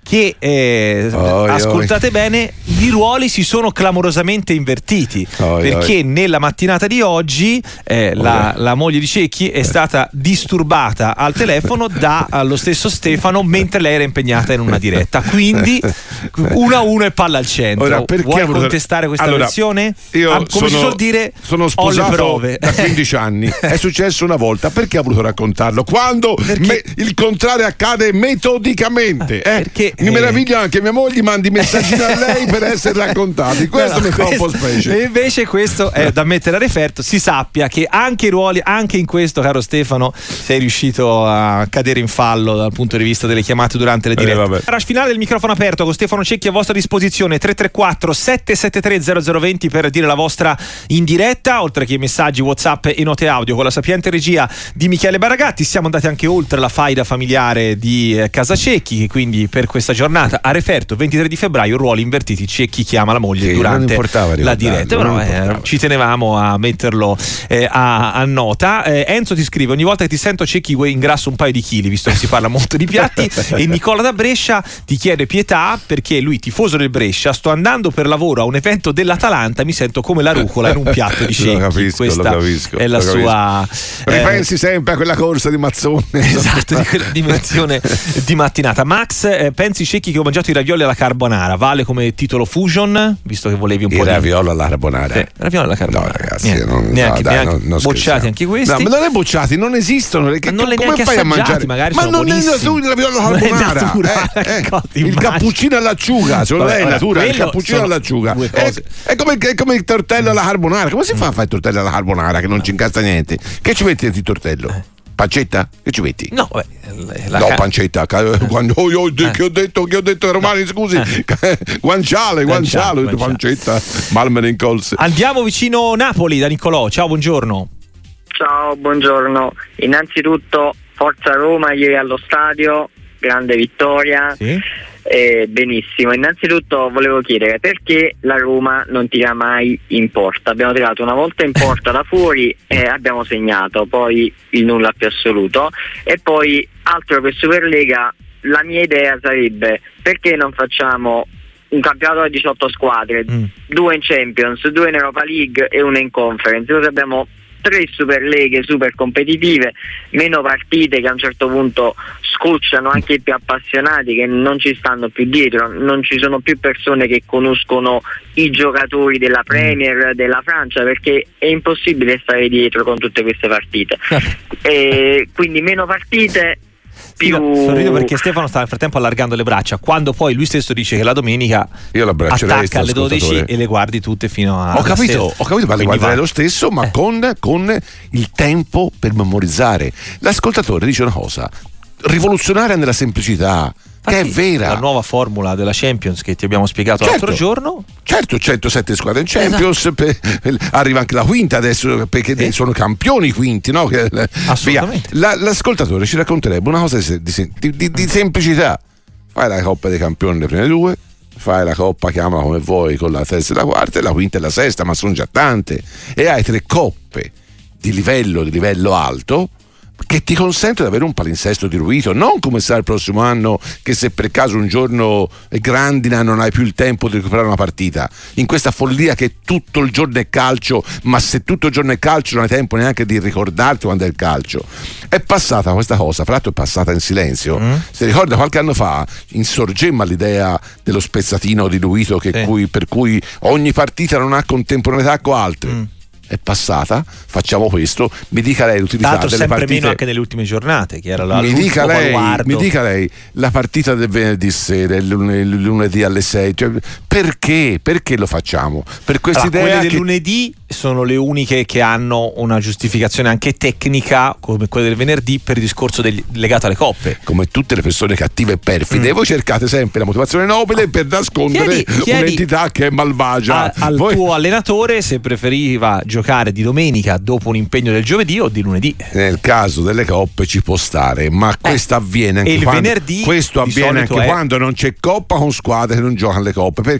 che eh, oi, ascoltate oi. bene, i ruoli si sono clamorosamente invertiti, oi, perché oi. nella mattinata di oggi eh, la, la moglie di Cecchi è stata disturbata al telefono dallo stesso Stefano mentre lei era impegnata in una diretta, quindi uno a uno e palla al centro. Ora, perché vuoi voluto... contestare questa allora, versione? Io ah, come sono, si suol dire, sono ho sposato le prove da quindici anni, è successo una volta, perché ha voluto raccontarlo quando me, il contrario accade metodicamente, eh? Perché, mi eh... meraviglia anche mia moglie mandi messaggi a lei per essere raccontati, questo no, mi fa un po' questo, specie. e invece questo è da mettere a referto. Si sappia che anche i ruoli, anche in questo, caro Stefano, sei riuscito a cadere in fallo dal punto di vista delle chiamate durante le dirette. Eh, Rush finale del microfono aperto con Stefano Cecchi a vostra disposizione, tre tre quattro sette sette tre zero zero due zero per dire la vostra in diretta, oltre che i messaggi WhatsApp e note audio con la sapiente regia di Michele Baragatti. Siamo andati anche oltre la faida familiare di eh, Casa Cecchi, quindi per questa giornata a referto ventitré di febbraio, ruoli invertiti, Cecchi chiama la moglie sì, durante la diretta, però eh, ci tenevamo a metterlo eh, a, a nota. eh, Enzo ti scrive: ogni volta che ti sento Cecchi ingrasso un paio di chili, visto che si parla molto di piatti. E Nicola da Brescia ti chiede pietà perché lui, tifoso del Brescia, sto andando per lavoro a un evento dell'Atalanta, mi sento come la rucola in un piatto di Cecchi. Lo capisco, questa lo capisco, è la lo sua eh, ripensi sempre a quella corsa di Mazzone, esatto, di quella dimensione di mattinata. Max, eh, pensi Cecchi che ho mangiato i ravioli alla carbonara vale come titolo fusion, visto che volevi un il po' di raviolo alla carbonara? Eh, raviolo alla carbonara. No, ragazzi, niente, non, neanche, no, dai, neanche non, non bocciati scherziamo. anche questi. No, ma non è bocciati, non esistono. Che, non come neanche fai a mangiare? Magari ma sono non è buonissimi. il raviolo alla Non è carbonara. naturale, Eh, eh, cosa, il immagino. cappuccino all'acciuga, secondo Vabbè, lei è ora, natura, il quello cappuccino sono all'acciuga. due È, cose. è, come, è come il tortello alla carbonara. Come si fa a fare il tortello alla carbonara che non ci incazza niente? Che ci metti dentro il tortello? Pancetta? Che ci metti? No, beh, la no, ca- pancetta. Quando oh, io, eh. che ho detto che ho detto ai romani, scusi, eh. guanciale, guanciale, guanciale. Pancetta, malmene in colse. Andiamo vicino Napoli da Niccolò. Ciao, buongiorno. Ciao, buongiorno. Innanzitutto Forza Roma ieri allo stadio, grande vittoria. Sì. Eh, benissimo. Innanzitutto volevo chiedere perché la Roma non tira mai in porta. Abbiamo tirato una volta in porta da fuori e abbiamo segnato, poi il nulla più assoluto. E poi altro per Superlega, la mia idea sarebbe perché non facciamo un campionato di diciotto squadre, mm. due in Champions, due in Europa League e una in Conference, così abbiamo tre superleghe super competitive, meno partite che a un certo punto scocciano anche i più appassionati che non ci stanno più dietro, non ci sono più persone che conoscono i giocatori della Premier, della Francia, perché è impossibile stare dietro con tutte queste partite. E quindi meno partite. Più... Sì, sorrido perché Stefano sta nel frattempo allargando le braccia, quando poi lui stesso dice che la domenica io attacca alle dodici e le guardi tutte fino a ho capito, sera. ho capito, ma le guarderai lo stesso, ma eh. con, con il tempo per memorizzare. L'ascoltatore dice una cosa rivoluzionaria nella semplicità. Infatti, che è vera. La nuova formula della Champions che ti abbiamo spiegato certo, l'altro giorno. Certo, centosette squadre in Champions, esatto. per, per, arriva anche la quinta adesso perché eh. sono campioni quinti, no? Assolutamente. La, l'ascoltatore ci racconterebbe una cosa di, di, di, di semplicità. Fai la Coppa dei Campioni le prime due, fai la Coppa, chiamala come vuoi, con la terza e la quarta, e la quinta e la sesta, ma sono già tante. E hai tre coppe di livello, di livello alto, che ti consente di avere un palinsesto diluito, non come sarà il prossimo anno che se per caso un giorno grandina non hai più il tempo di recuperare una partita, in questa follia che tutto il giorno è calcio, ma se tutto il giorno è calcio non hai tempo neanche di ricordarti quando è il calcio. È passata questa cosa, fra l'altro è passata in silenzio. Mm. Se ricorda qualche anno fa insorgemmo all'idea dello spezzatino diluito che sì. cui, per cui ogni partita non ha contemporaneità con altre. Mm. È passata, facciamo questo, mi dica lei l'utilità delle sempre partite meno anche nelle ultime giornate, che era la mi dica lei, baluardo. mi dica lei la partita del venerdì sera, il lunedì alle sei, cioè, perché? Perché lo facciamo? Per questa allora, idea quelle che... del lunedì sono le uniche che hanno una giustificazione anche tecnica, come quelle del venerdì, per il discorso degli, legato alle coppe. Come tutte le persone cattive e perfide, mm. voi cercate sempre la motivazione nobile per nascondere chiedi, chiedi un'entità che è malvagia. A, al voi... tuo allenatore se preferiva giocare di domenica dopo un impegno del giovedì o di lunedì. Nel caso delle coppe ci può stare, ma questo eh, avviene anche il quando, venerdì questo avviene anche è... quando non c'è coppa con squadre che non giocano le coppe. Perché?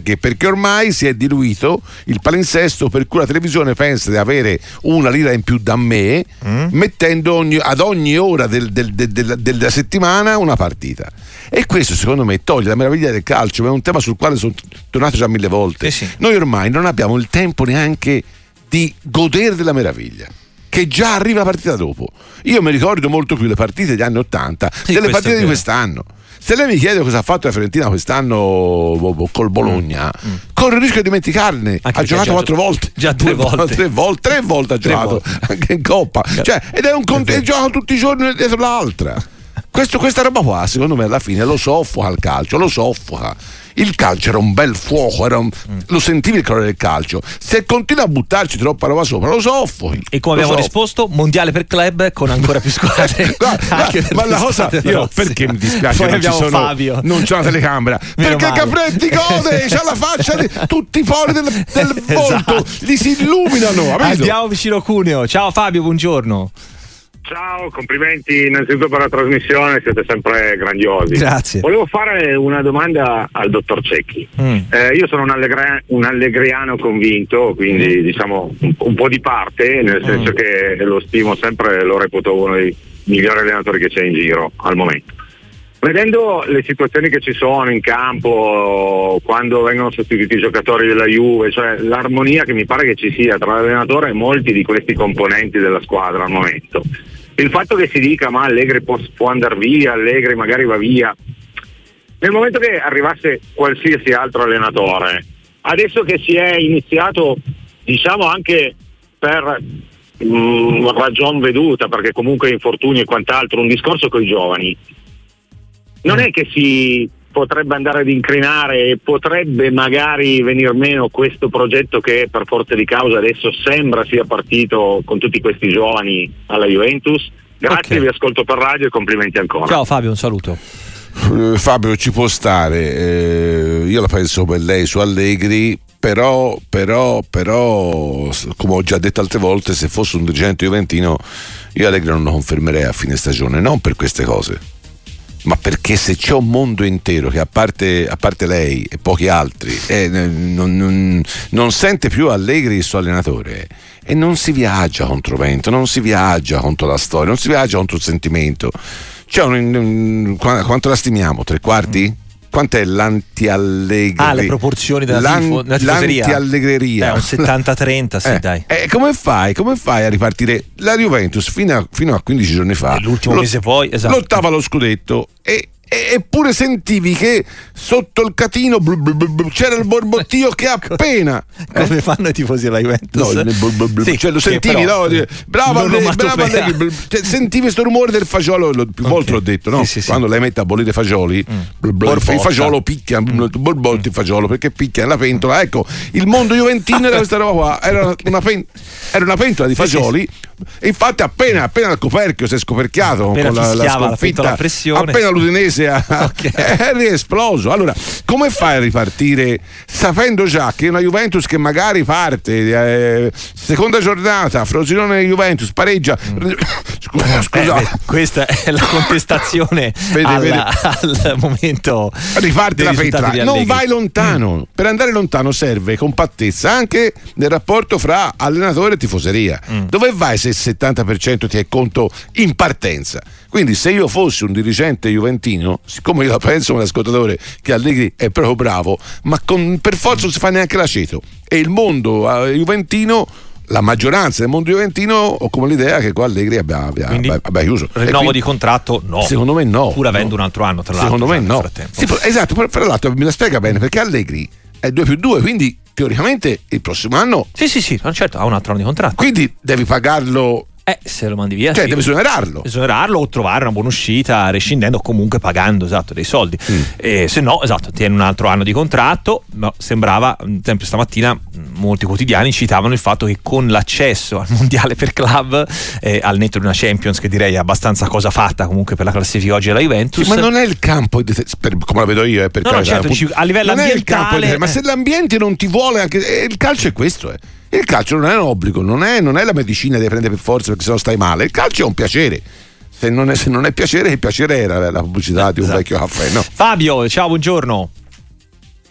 perché? Perché ormai si è diluito il palinsesto per cui la televisione pensa di avere una lira in più da me, mm. mettendo ogni, ad ogni ora del, del, del, del, della settimana una partita. E questo secondo me toglie la meraviglia del calcio, ma è un tema sul quale sono tornato già mille volte. Eh sì. Noi ormai non abbiamo il tempo neanche di godere della meraviglia, che già arriva la partita dopo. Io mi ricordo molto più le partite degli anni Ottanta sì, delle partite di quest'anno. Se lei mi chiede cosa ha fatto la Fiorentina quest'anno col Bologna, mm. corre il rischio di dimenticarne. Anche ha giocato quattro volte, già due volte, tre volte, tre volte ha tre giocato volte. Anche in Coppa, cioè, ed è un conto e gioca tutti i giorni dietro l'altra. Questo, questa roba qua secondo me alla fine lo soffoca il calcio, lo soffoca. Il calcio era un bel fuoco, era un, mm. lo sentivi il calore del calcio. Se continua a buttarci troppa roba sopra, lo soffochi. E come abbiamo soffo. risposto, mondiale per club con ancora più squadre. Guarda, ma la cosa, io perché mi dispiace non ci sono, Fabio. non c'è una telecamera. Meno perché male. Capretti gode, c'ha la faccia di tutti i pori del, del volto, esatto. Gli si illuminano. Andiamo vicino Cuneo. Ciao Fabio, buongiorno. Ciao, complimenti innanzitutto per la trasmissione, siete sempre grandiosi. Grazie. Volevo fare una domanda al dottor Cecchi. Mm. Eh, io sono un, allegre, un allegriano convinto, quindi mm. diciamo un, un po' di parte, nel senso mm. che lo stimo sempre, lo reputo uno dei migliori allenatori che c'è in giro al momento. Vedendo le situazioni che ci sono in campo quando vengono sostituiti i giocatori della Juve, cioè l'armonia che mi pare che ci sia tra l'allenatore e molti di questi componenti della squadra al momento, il fatto che si dica ma Allegri può, può andare via, Allegri magari va via, nel momento che arrivasse qualsiasi altro allenatore, adesso che si è iniziato, diciamo anche per mh, ragion veduta, perché comunque infortuni e quant'altro, un discorso con i giovani, non è che si potrebbe andare ad incrinare e potrebbe magari venir meno questo progetto che per forza di causa adesso sembra sia partito con tutti questi giovani alla Juventus. Grazie, okay. Vi ascolto per radio e complimenti ancora. Ciao Fabio, un saluto. Uh, Fabio, ci può stare, eh, io la penso per lei su Allegri, però, però, però, come ho già detto altre volte, se fosse un dirigente juventino io Allegri non lo confermerei a fine stagione, non per queste cose, ma perché se c'è un mondo intero che a parte, a parte lei e pochi altri eh, non, non, non sente più Allegri il suo allenatore, e non si viaggia contro vento, non si viaggia contro la storia, non si viaggia contro il sentimento. C'è un, un, quanto la stimiamo? Tre quarti? Quant'è l'anti-Allegri? Ah, le proporzioni della, L'an, tifo, della tifoseria. L'anti-allegreria. Eh, un settanta trenta, sì, eh, dai. Eh, come fai? Come fai a ripartire? La Juventus fino a, fino a quindici giorni fa, e l'ultimo lo, mese poi, esatto, lottava lo scudetto e eppure sentivi che sotto il catino blu blu blu blu, c'era il borbottio che appena come eh? fanno i tifosi della Juventus, no, blu blu blu, sì, cioè, lo sentivi, no? Brava, brava, cioè, sentivi questo rumore del fagiolo, lo, più okay. volte l'ho detto, no? Sì, sì, quando sì. lei mette a bollire fagioli, mm. blu blu, il fagiolo picchia, mm. borbotti il fagiolo perché picchia nella pentola. Ecco, il mondo juventino era questa roba qua, era una, pen- era una pentola di fagioli. Sì, sì. Infatti appena appena il coperchio si è scoperchiato appena con la, la sconfitta, la pressione, appena l'Udinese okay. è riesploso. Allora, come fai a ripartire sapendo già che una Juventus che magari parte eh, seconda giornata, Frosinone Juventus pareggia, mm. scusa, scusa. Eh, questa è la contestazione vede, alla, vede. al momento riparte la pentola, non vai lontano. Mm. Per andare lontano serve compattezza anche nel rapporto fra allenatore e tifoseria. Mm. Dove vai se il settanta per cento ti è conto in partenza? Quindi se io fossi un dirigente juventino, siccome io la penso come ascoltatore che Allegri è proprio bravo, ma con, per forza non si fa neanche l'aceto, e il mondo uh, juventino, la maggioranza del mondo juventino, ho come l'idea che qua Allegri abbia, abbia, abbia, abbia chiuso. Rinnovo quindi, di contratto no, secondo me no, pur avendo no. un altro anno tra secondo l'altro, me no sì, esatto, fra l'altro me la spiega bene, perché Allegri è due più due, quindi teoricamente il prossimo anno sì sì sì, certo, ha un altro anno di contratto, quindi devi pagarlo. Eh, se lo mandi via, cioè sì. deve esonerarlo esonerarlo o trovare una buona uscita rescindendo o comunque pagando, esatto, dei soldi. Mm. E se no, esatto, tiene un altro anno di contratto. No, sembrava, sempre stamattina molti quotidiani citavano il fatto che con l'accesso al mondiale per club, eh, al netto di una Champions che direi è abbastanza cosa fatta comunque per la classifica oggi della Juventus, sì, ma non è il campo di, per, come la vedo io, eh, per no, no, certo, dici, a livello non ambientale è il campo, ma se l'ambiente non ti vuole anche, eh, il calcio è questo, eh. Il calcio non è un obbligo, non è, non è la medicina che prende per forza perché sennò stai male. Il calcio è un piacere. Se non è, se non è piacere, il piacere era la pubblicità di un esatto. vecchio caffè, no? Fabio, ciao, buongiorno.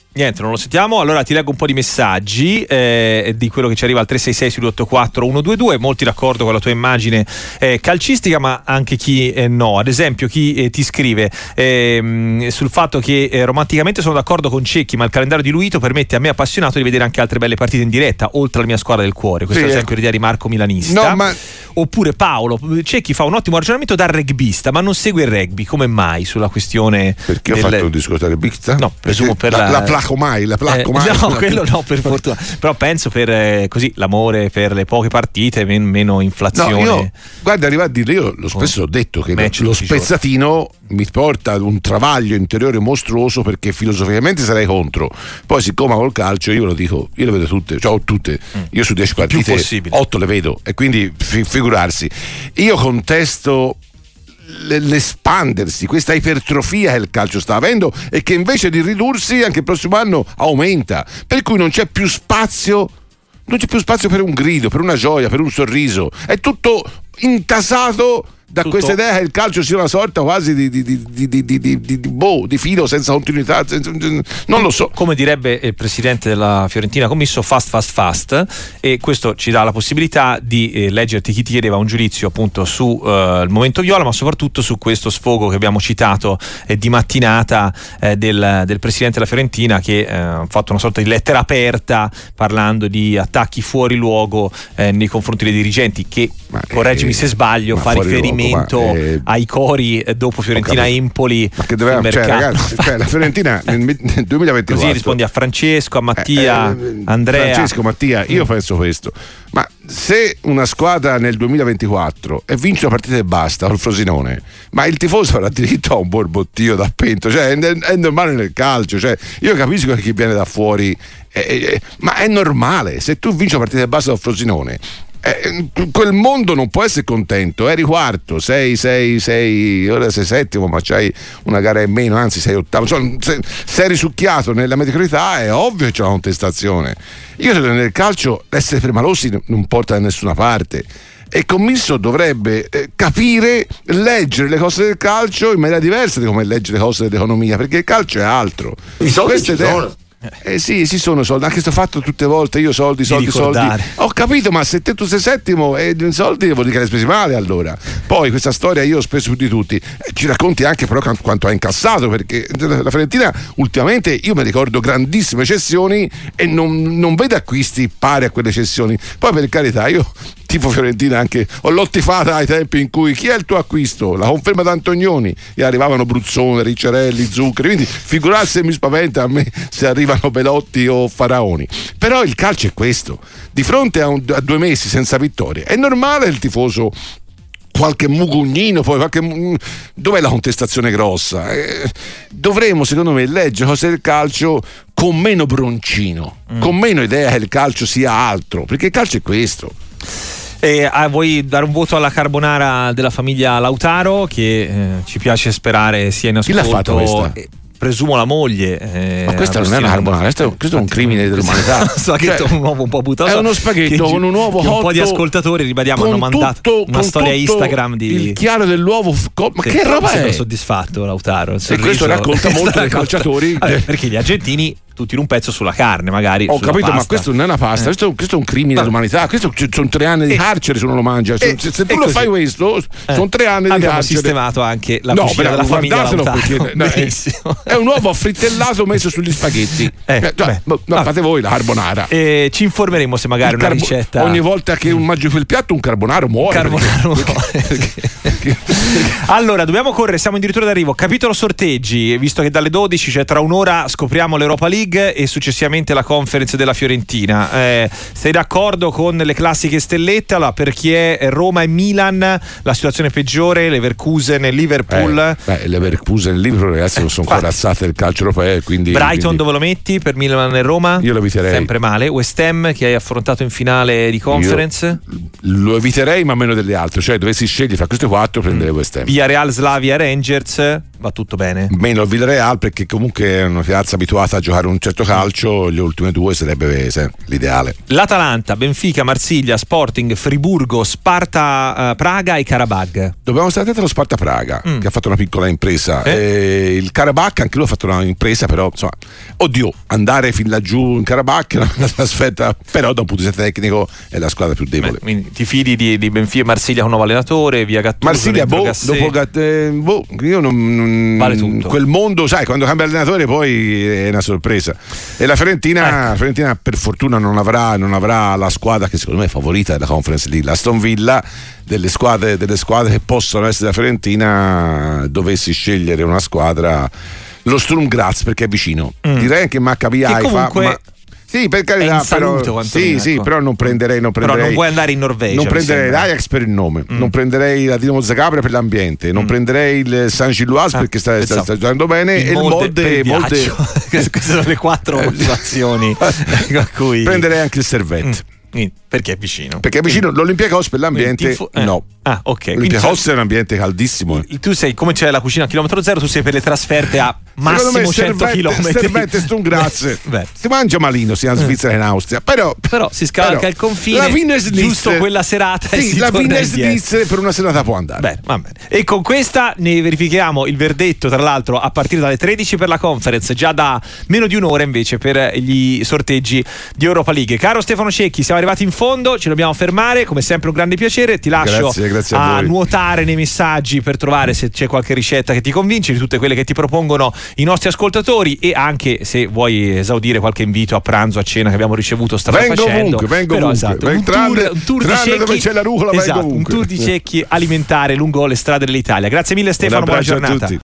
Niente, non lo sentiamo. Allora ti leggo un po' di messaggi eh, di quello che ci arriva al tre sei sei due otto quattro uno due due. Molti d'accordo con la tua immagine eh, calcistica, ma anche chi eh, no. Ad esempio chi eh, ti scrive eh, sul fatto che eh, romanticamente sono d'accordo con Cecchi, ma il calendario diluito permette a me appassionato di vedere anche altre belle partite in diretta, oltre alla mia squadra del cuore. Questo sì, è esempio l'idea di Marco Milanista. No, ma... Oppure Paolo Cecchi fa un ottimo ragionamento da rugbista, ma non segue il rugby. Come mai sulla questione? Perché del... ho fatto un discorso da rugbista? No, presumo per la, la... la placo mai, la placo eh, mai. No, quello no, per fortuna. Però penso per eh, così l'amore per le poche partite, men- meno inflazione. No, io, guarda, arriva a dire, io lo spesso ho detto che lo, lo spezzatino mi porta ad un travaglio interiore mostruoso, perché filosoficamente sarei contro. Poi siccome col calcio io ve lo dico, io le vedo tutte, cioè ho tutte. Mm. Io su dieci partite otto le vedo, e quindi fi- figurarsi. Io contesto l'espandersi, questa ipertrofia che il calcio sta avendo e che invece di ridursi anche il prossimo anno aumenta, per cui non c'è più spazio non c'è più spazio per un grido, per una gioia, per un sorriso, è tutto intasato da tutto. Questa idea che il calcio sia una sorta quasi di, di, di, di, di, di, di, di, boh, di filo senza continuità, senza, non lo so. Come direbbe il presidente della Fiorentina commisso, fast fast fast, e questo ci dà la possibilità di eh, leggerti chi ti chiedeva un giudizio appunto su eh, il momento viola, ma soprattutto su questo sfogo che abbiamo citato eh, di mattinata eh, del, del presidente della Fiorentina, che eh, ha fatto una sorta di lettera aperta parlando di attacchi fuori luogo eh, nei confronti dei dirigenti, che ma correggimi eh, se sbaglio fa riferimento Ma, eh, ai cori dopo Fiorentina-Empoli, ma che doveva, cioè, ragazzi, cioè, la Fiorentina nel, nel duemilaventiquattro. Così rispondi a Francesco, a Mattia, eh, eh, Andrea. Francesco, Mattia, io mm. penso questo: ma se una squadra nel duemilaventiquattro e vince una partita e basta col Frosinone, ma il tifoso avrà diritto a un borbottio da pento, cioè è, è normale nel calcio, cioè io capisco che chi viene da fuori eh, eh, ma è normale. Se tu vinci una partita e basta col Frosinone, Eh, quel mondo non può essere contento. Eri quarto, sei, sei, sei, ora sei settimo, ma c'hai una gara in meno, anzi sei ottavo. Cioè, se, se eri succhiato nella mediocrità è ovvio che c'è una contestazione. Io credo che nel calcio essere permalossi non porta da nessuna parte. E Commisso dovrebbe eh, capire, leggere le cose del calcio in maniera diversa di come leggere le cose dell'economia, perché il calcio è altro. I soldi ci sono. Eh sì, sì, sono soldi, anche sto fatto tutte le volte, io soldi, soldi, soldi. Ho capito, ma se te tu sei settimo e eh, soldi vuol dire che hai spesi male allora. Poi questa storia io ho speso più di tutti. Eh, ci racconti anche però quanto ha incassato, perché la Fiorentina ultimamente io mi ricordo grandissime cessioni e non, non vedo acquisti pari a quelle cessioni. Poi per carità, io tifo Fiorentina, anche ho lottifata ai tempi in cui chi è il tuo acquisto? La conferma d'Antonioni, e arrivavano Bruzzone, Ricciarelli, Zuccheri, quindi figurarsi se mi spaventa a me se arrivano Belotti o Faraoni. Però il calcio è questo, di fronte a, un, a due mesi senza vittorie è normale il tifoso qualche mugugnino, poi qualche dov'è la contestazione grossa? Eh, dovremmo secondo me leggere cose del calcio con meno broncino, mm. con meno idea che il calcio sia altro, perché il calcio è questo. E, ah, vuoi dare un voto alla carbonara della famiglia Lautaro, che eh, ci piace sperare sia in ascolto? Chi l'ha fatto questa? Eh, presumo la moglie. Eh, ma questa non è una carbonara, questo è, questo è un crimine dell'umanità. Spaghetto cioè, un uovo un po' buttato. È uno spaghetto con un uovo hot. Un po' di ascoltatori, ribadiamo, hanno mandato tutto, una storia Instagram di il chiaro dell'uovo. Ma sì, che roba è? Soddisfatto Lautaro. E questo racconta molto dei calciatori. Vabbè, perché gli argentini tu tiri un pezzo sulla carne, magari. Ho capito, pasta. Ma questo non è una pasta, eh. questo, questo è un crimine ma, dell'umanità. Questo sono tre anni di carcere se non lo mangia. Eh, se, se tu lo fai questo, eh. sono tre anni di Abbiamo carcere. sistemato anche la no, cucina però, della famiglia Lautaro. Perché, no, è, è un uovo affrittellato messo sugli spaghetti. Eh, eh, cioè, no, fate voi la carbonara. Eh, ci informeremo se magari una carbo- ricetta. Ogni volta che un mangio quel piatto, un carbonaro muore. Carbonaro perché, muore. Perché, perché, allora, dobbiamo correre, siamo addirittura d'arrivo. Capitolo sorteggi, visto che dalle dodici, cioè tra un'ora, scopriamo l'Europa League e successivamente la conference della Fiorentina. Eh, sei d'accordo con le classiche stellette? Allora, per chi è Roma e Milan, la situazione peggiore, Leverkusen e Liverpool. Eh, beh, Leverkusen e Liverpool, ragazzi, non sono corazzate del calcio europeo. Quindi, Brighton quindi... dove lo metti per Milan e Roma? Io lo eviterei. Sempre male. West Ham che hai affrontato in finale di conference? Io lo eviterei, ma meno delle altre. Cioè, dovessi scegliere fra queste quattro, prendere mm. West Ham. Villarreal, Slavia, Rangers. va tutto bene. Meno il Villarreal, perché comunque è una piazza abituata a giocare un certo calcio, le ultime due sarebbe se, l'ideale. L'Atalanta, Benfica, Marsiglia, Sporting, Friburgo, Sparta uh, Praga e Karabag. Dobbiamo stare attenti allo Sparta Praga, mm. che ha fatto una piccola impresa. Eh? E il Karabag anche lui ha fatto una impresa, però insomma, oddio, andare fin laggiù in Karabag è una trasferta, però da un punto di vista tecnico è la squadra più debole. Beh, quindi ti fidi di, di Benfica e Marsiglia con un nuovo allenatore, via Gattuso? Marsiglia, boh, dopo Gatt- boh, io non, non vale tutto. Quel mondo, sai, quando cambia allenatore poi è una sorpresa. E la Fiorentina, ecco. la Fiorentina per fortuna non avrà, non avrà la squadra che secondo me è favorita della Conference League, la Aston Villa. Delle squadre, delle squadre che possono essere la Fiorentina, dovessi scegliere una squadra, lo Sturm Graz, perché è vicino. Mm. Direi che Maccabi Haifa, comunque ma sì, per carità, però, sì, sì, ecco. però non prenderei, non prenderei. Però non vuoi andare in Norvegia. Non prenderei l'Ajax per il nome, mm. non prenderei la Dinamo Zagabria per l'ambiente, non mm. prenderei il San Gilloise ah, perché sta, sta, sta giocando bene il e il Molde. Molde... Queste sono le quattro motivazioni a cui prenderei anche il Servette. Mm. Perché è vicino? Perché è vicino l'Olympiacos per l'ambiente tifo- eh. no. Ah, ok. L'Olympiacos è un ambiente caldissimo. Tu sei, come c'è la cucina a chilometro zero, tu sei per le trasferte a massimo cento chilometri. Servette, Sturm Graz. Si mangia malino sia in Svizzera che in Austria, però però si scavalca però, il confine. La Wiener giusto quella serata sì, e si la Wiener Svizzera per una serata può andare. Bene, va bene. E con questa ne verifichiamo il verdetto, tra l'altro, a partire dalle tredici per la Conference, già da meno di un'ora invece per gli sorteggi di Europa League. Caro Stefano Cecchi, siamo arrivati in fondo, ci dobbiamo fermare, come sempre un grande piacere, ti lascio grazie, grazie a, a nuotare nei messaggi per trovare se c'è qualche ricetta che ti convince, di tutte quelle che ti propongono i nostri ascoltatori, e anche se vuoi esaudire qualche invito a pranzo, a cena che abbiamo ricevuto, stava vengo facendo ovunque, vengo però, ovunque. esatto, vengo un tranne, tour, un tour tranne di cecchi, dove c'è la rucola, esatto, vengo un tour di cecchi alimentare lungo le strade dell'Italia. Grazie mille Stefano, buona giornata.